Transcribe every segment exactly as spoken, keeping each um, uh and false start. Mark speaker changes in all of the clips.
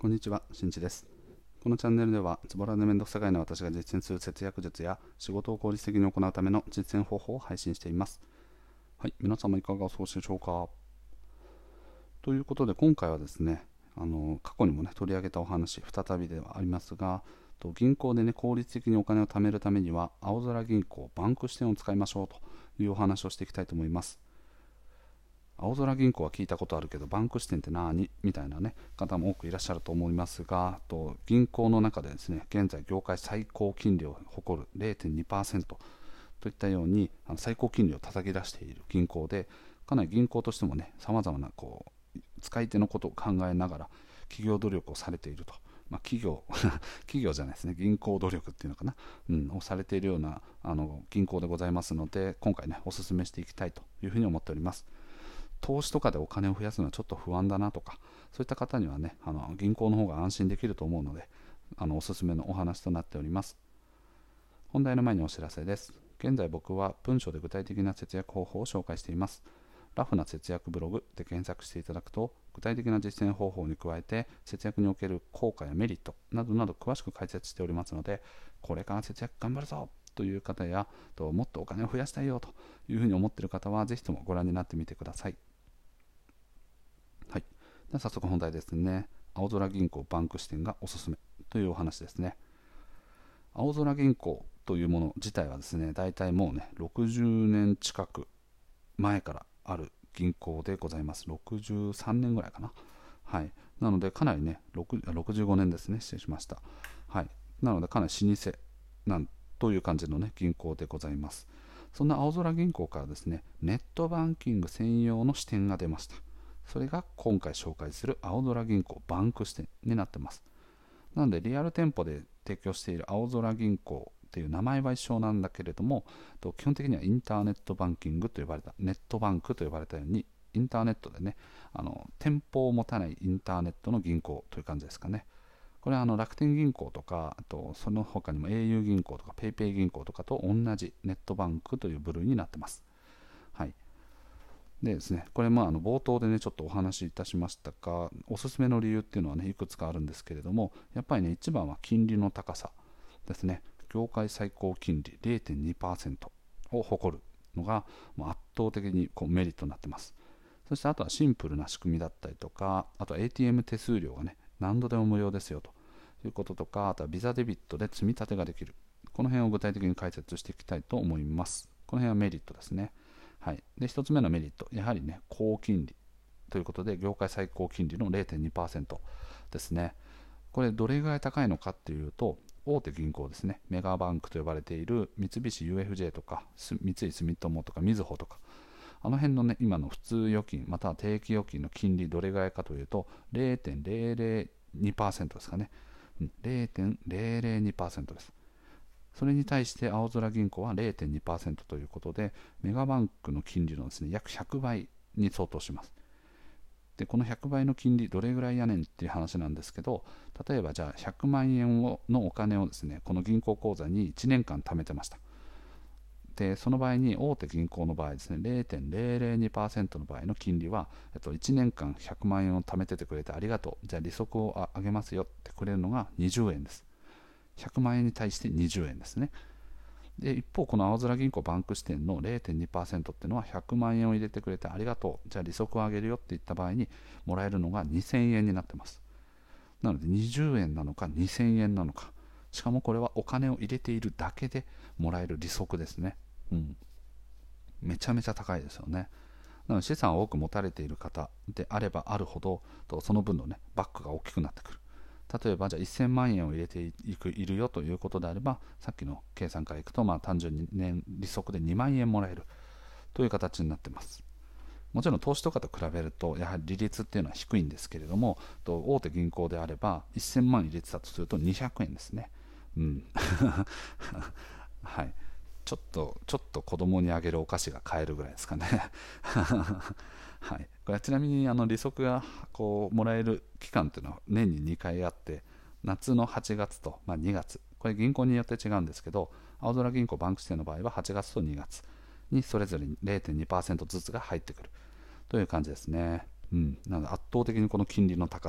Speaker 1: こんにちは、しんいちです。このチャンネルでは、ズボラでめんどくさがいな私が実践する節約術や仕事を効率的に行うための実践方法を配信しています。はい、皆様いかがお過ごしでしょうか。ということで、今回はですね、あの過去にもね取り上げたお話、再びではありますが、と銀行でね効率的にお金を貯めるためには、青空銀行バンク支店を使いましょうというお話をしていきたいと思います。青空銀行は聞いたことあるけどバンク支店って何みたいな、ね、方も多くいらっしゃると思いますが、と銀行の中でですね、現在業界最高金利を誇る れいてんにパーセント といったように、あの最高金利を叩き出している銀行で、かなり銀行としてもね、さまざまなこう使い手のことを考えながら企業努力をされていると、まあ、企業企業じゃないですね、銀行努力っていうのかな、うん、をされているようなあの銀行でございますので、今回ねお勧めしていきたいというふうに思っております。投資とかでお金を増やすのはちょっと不安だなとか、そういった方にはね、あの銀行の方が安心できると思うので、あのおすすめのお話となっております。本題の前にお知らせです。現在僕は文章で具体的な節約方法を紹介しています。ラフな節約ブログで検索していただくと、具体的な実践方法に加えて節約における効果やメリットなどなど詳しく解説しておりますので、これから節約頑張るぞという方や、ともっとお金を増やしたいよというふうに思っている方は、ぜひともご覧になってみてください。はい、では早速本題ですね。青空銀行バンク支店がおすすめというお話ですね。青空銀行というもの自体はですね、大体もうねろくじゅうねん近く前からある銀行でございます。ろくじゅうさんねんぐらいかな。はい、なのでかなりね、ろくじゅうごねんですね、失礼しました。はい、なのでかなり老舗なんという感じのね銀行でございます。そんな青空銀行からですね、ネットバンキング専用の支店が出ました。それが今回紹介する青空銀行バンク支店になっています。なのでリアル店舗で提供している青空銀行っていう名前は一緒なんだけれども、基本的にはインターネットバンキングと呼ばれた、ネットバンクと呼ばれたように、インターネットでね、あの店舗を持たないインターネットの銀行という感じですかね。これはあの楽天銀行とか、あとその他にも au 銀行とか PayPay 銀行とかと同じネットバンクという部類になっています。はい。でですね、これまああの冒頭でねちょっとお話しいたしましたが、おすすめの理由っていうのはねいくつかあるんですけれども、やっぱりね一番は金利の高さですね。業界最高金利 れいてんにパーセント を誇るのがもう圧倒的にこうメリットになってます。そしてあとはシンプルな仕組みだったりとか、あとは エーティーエム 手数料がね何度でも無料ですよということとか、あとはビザデビットで積み立てができる、この辺を具体的に解説していきたいと思います。この辺はメリットですね。はい、でひとつめのメリット、やはりね高金利ということで、業界最高金利の れいてんにパーセント ですね。これどれぐらい高いのかっていうと、大手銀行ですね、メガバンクと呼ばれている三菱 ユーエフジェー とか三井住友とかみずほとか、あの辺のね今の普通預金または定期預金の金利どれぐらいかというと れいてんぜろぜろにパーセント ですかね。 れいてんぜろぜろにパーセント です。それに対して青空銀行は れいてんにパーセント ということで、メガバンクの金利のですね約ひゃくばいに相当します。でこのひゃくばいの金利どれぐらいやねんっていう話なんですけど、例えばじゃあひゃくまんえんをのお金をですねこの銀行口座にいちねんかん貯めてました。でその場合に大手銀行の場合ですね れいてんぜろぜろにパーセント の場合の金利は、えっと、いちねんかんひゃくまんえんを貯めててくれてありがとう、じゃあ利息をあげますよってくれるのがにじゅうえんです。ひゃくまんえんに対してにじゅうえんですね。で一方この青空銀行バンク支店の れいてんにパーセント っていうのはひゃくまんえんを入れてくれてありがとう、じゃあ利息を上げるよって言った場合にもらえるのがにせんえんになってます。なのでにじゅうえんなのかにせんえんなのか、しかもこれはお金を入れているだけでもらえる利息ですね。うん、めちゃめちゃ高いですよね。なので資産を多く持たれている方であればあるほど、その分のねバックが大きくなってくる。例えばじゃあせんまんえんを入れていくいるよということであれば、さっきの計算からいくと、まあ単純に年利息でにまんえんもらえるという形になっています。もちろん投資とかと比べるとやはり利率っていうのは低いんですけれども、大手銀行であればせんまん入れてたとするとにひゃくえんですね。うんはい、ちょっとちょっと子供にあげるお菓子が買えるぐらいですかねはい、これはちなみにあの利息がこうもらえる期間というのは年ににかいあって、夏のはちがつと、まあ、にがつ、これ銀行によって違うんですけど、青空銀行バンク支店の場合ははちがつとにがつにそれぞれ れいてんにパーセント ずつが入ってくるという感じですね。うん、なので圧倒的にこの金利の高さ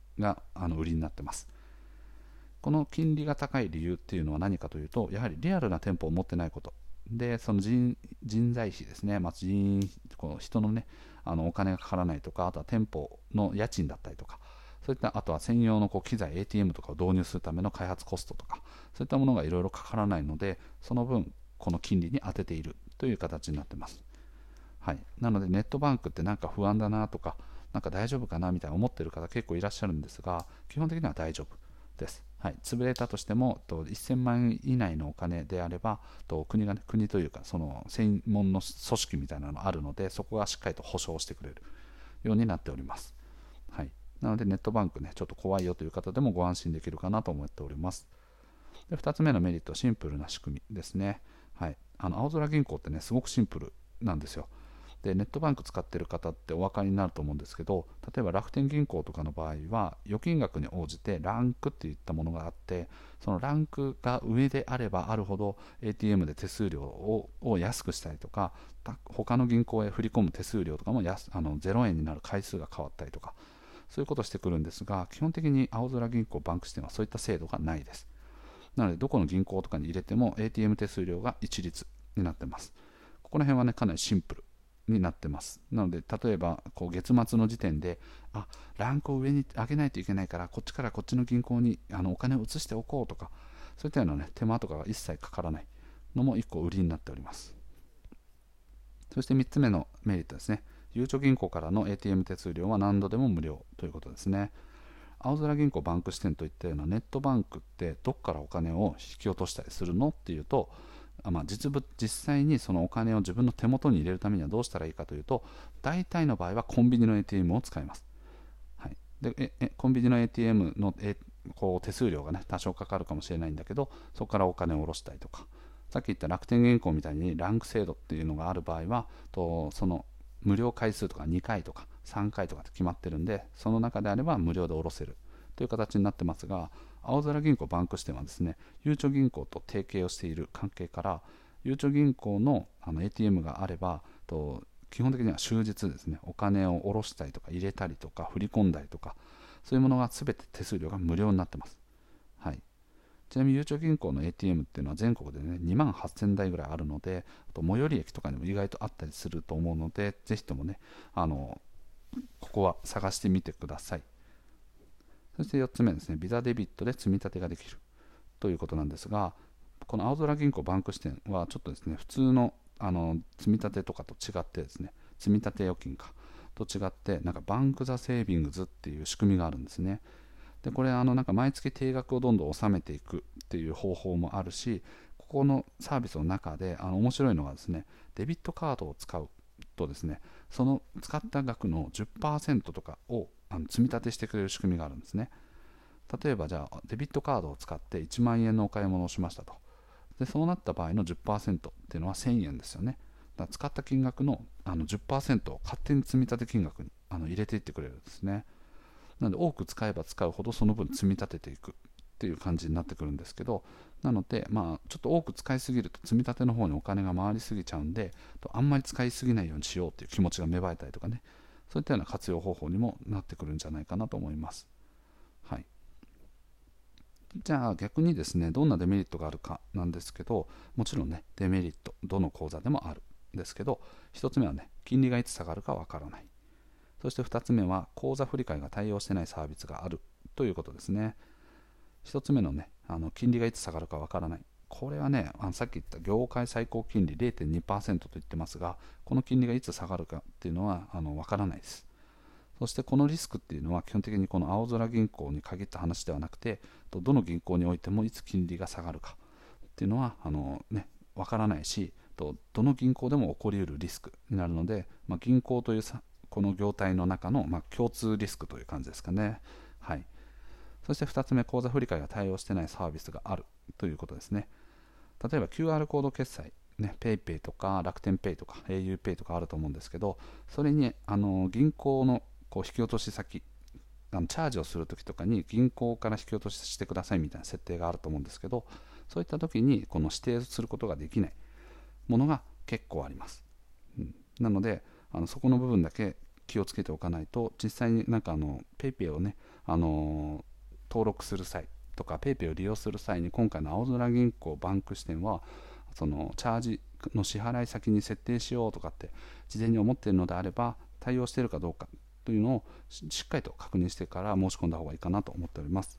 Speaker 1: があの売りになってます。この金利が高い理由っていうのは何かというと、やはりリアルな店舗を持ってないことで、その 人, 人材費ですね、まあ、人この人のね、あのお金がかからないとか、あとは店舗の家賃だったりとか、そういったあとは専用のこう機材 エーティーエム とかを導入するための開発コストとか、そういったものがいろいろかからないので、その分この金利に当てているという形になってます。はい、なのでネットバンクってなんか不安だなとか、なんか大丈夫かなみたいな思ってる方結構いらっしゃるんですが、基本的には大丈夫です。はい、潰れたとしてもせんまんえん以内のお金であれば、国が、ね、国というかその専門の組織みたいなのがあるので、そこがしっかりと保証してくれるようになっております。はい、なのでネットバンクね、ちょっと怖いよという方でもご安心できるかなと思っております。でふたつめのメリットはシンプルな仕組みですね。はい、あの青空銀行ってね、すごくシンプルなんですよ。でネットバンク使っている方ってお分かりになると思うんですけど、例えば楽天銀行とかの場合は預金額に応じてランクっていったものがあって、そのランクが上であればあるほど エーティーエム で手数料をを安くしたりとか、他の銀行へ振り込む手数料とかも安あのゼロえんになる回数が変わったりとか、そういうことをしてくるんですが、基本的に青空銀行バンク支店はそういった制度がないです。なのでどこの銀行とかに入れても エーティーエム 手数料が一律になってます。ここら辺はね、かなりシンプルになってます。なので例えばこう月末の時点で、あランクを上に上げないといけないから、こっちからこっちの銀行にあのお金を移しておこうとか、そういったような、ね、手間とかが一切かからないのもいっこ売りになっております。そしてみっつめのメリットですね。ゆうちょ銀行からの エーティーエム 手数料は何度でも無料ということですね。青空銀行バンク支店といったようなネットバンクってどこからお金を引き落としたりするのっていうと、まあ、実物実際にそのお金を自分の手元に入れるためにはどうしたらいいかというと、大体の場合はコンビニの エーティーエム を使います。はい、でええコンビニの エーティーエム のえこう手数料が、ね、多少かかるかもしれないんだけど、そこからお金を下ろしたりとか、さっき言った楽天銀行みたいにランク制度っていうのがある場合はと、その無料回数とかにかいとかさんかいとかって決まってるんで、その中であれば無料で下ろせるという形になってますが、青空銀行バンク支店はですね、ゆうちょ銀行と提携をしている関係から、ゆうちょ銀行 の, あの エーティーエム があればと、基本的には終日ですね、お金を下ろしたりとか入れたりとか振り込んだりとか、そういうものが全て手数料が無料になってます。はい、ちなみにゆうちょ銀行の エーティーエム っていうのは全国でねにまんはっせんだいぐらいあるので、あと最寄り駅とかにも意外とあったりすると思うので、ぜひともね、あのここは探してみてください。そしてよっつめですね、ビザデビットで積み立てができるということなんですが、この青空銀行バンク支店はちょっとですね、普通のあの積み立てとかと違ってですね、積み立て預金かと違って、なんかバンクザセービングズっていう仕組みがあるんですね。でこれあのなんか毎月定額をどんどん納めていくっていう方法もあるし、ここのサービスの中であの面白いのがですね、デビットカードを使うとですね、その使った額の じゅっパーセント とかをあの積み立てしてくれる仕組みがあるんですね。例えばじゃあデビットカードを使っていちまんえんのお買い物をしましたと。でそうなった場合の じゅっパーセント っていうのはせんえんですよね。だから使った金額の、あの じゅっパーセント を勝手に積み立て金額にあの入れていってくれるんですね。なので多く使えば使うほどその分積み立てていくっていう感じになってくるんですけど、なのでまあちょっと多く使いすぎると積み立ての方にお金が回りすぎちゃうんで、あんまり使いすぎないようにしようっていう気持ちが芽生えたりとかね、そういったような活用方法にもなってくるんじゃないかなと思います。はい、じゃあ逆にですね、どんなデメリットがあるかなんですけど、もちろんねデメリットどの口座でもあるんですけど、ひとつめはね、金利がいつ下がるかわからない。そしてふたつめは口座振替が対応してないサービスがあるということですね。ひとつめのね、あの金利がいつ下がるかわからない、これはね、あのさっき言った業界最高金利 れいてんにパーセント と言ってますが、この金利がいつ下がるかっていうのはあのわからないです。そしてこのリスクっていうのは基本的にこの青空銀行に限った話ではなくて、どの銀行においてもいつ金利が下がるかっていうのはあの、ね、わからないし、どの銀行でも起こりうるリスクになるので、まあ、銀行というさこの業態の中の、まあ、共通リスクという感じですかね。はい、そしてふたつめ、口座振替が対応していないサービスがあるということですね。例えば キューアール コード決済、ね、PayPay とか楽天 Pay とか auPay とかあると思うんですけど、それにあの銀行のこう引き落とし先、あのチャージをするときとかに銀行から引き落とししてくださいみたいな設定があると思うんですけど、そういったときにこの指定することができないものが結構あります。うん、なのであのそこの部分だけ気をつけておかないと、実際になんかあの PayPay をねあの登録する際とか PayPay を利用する際に、今回の青空銀行バンク支店はそのチャージの支払い先に設定しようとかって事前に思っているのであれば、対応しているかどうかというのをしっかりと確認してから申し込んだ方がいいかなと思っております。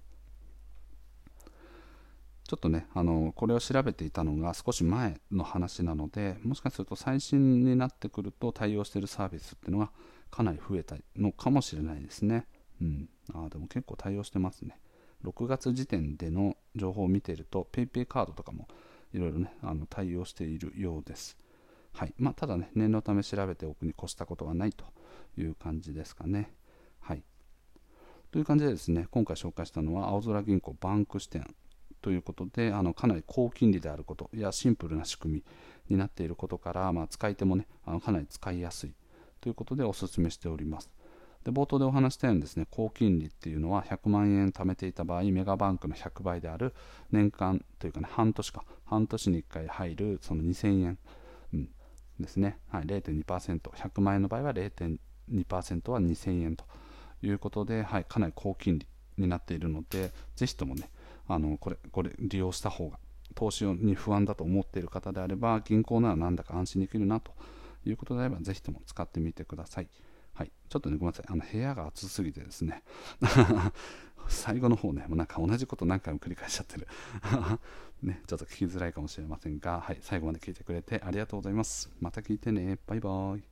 Speaker 1: ちょっとね、あのこれを調べていたのが少し前の話なので、もしかすると最新になってくると対応しているサービスっていうのがかなり増えたのかもしれないですね。うん、あでも結構対応してますね。ろくがつ時点での情報を見ていると PayPay カードとかもいろいろね、あの対応しているようです。はいまあ、ただね、念のため調べておくに越したことはないという感じですかね。はい、という感じでですね、今回紹介したのは青空銀行バンク支店ということで、あのかなり高金利であることやシンプルな仕組みになっていることから、まあ、使い手もね、あのかなり使いやすいということでお勧めしております。で冒頭でお話したようにですね、高金利っていうのはひゃくまんえん貯めていた場合、メガバンクのひゃくばいである年間というかね、半年か、半年にいっかい入るそのにせんえん、うん、ですね、はい、れいてんにパーセント、ひゃくまんえんの場合は れいてんにパーセント はにせんえんということで、はい、かなり高金利になっているので、ぜひともね、あのこれこれ利用した方が、投資に不安だと思っている方であれば、銀行ならなんだか安心できるなということであれば、ぜひとも使ってみてください。はい、ちょっとね、ごめんなさい、あの部屋が暑すぎてですね最後の方ね、もうなんか同じこと何回も繰り返しちゃってるね、ちょっと聞きづらいかもしれませんが、はい、最後まで聞いてくれてありがとうございます。また聞いてね。バイバイ。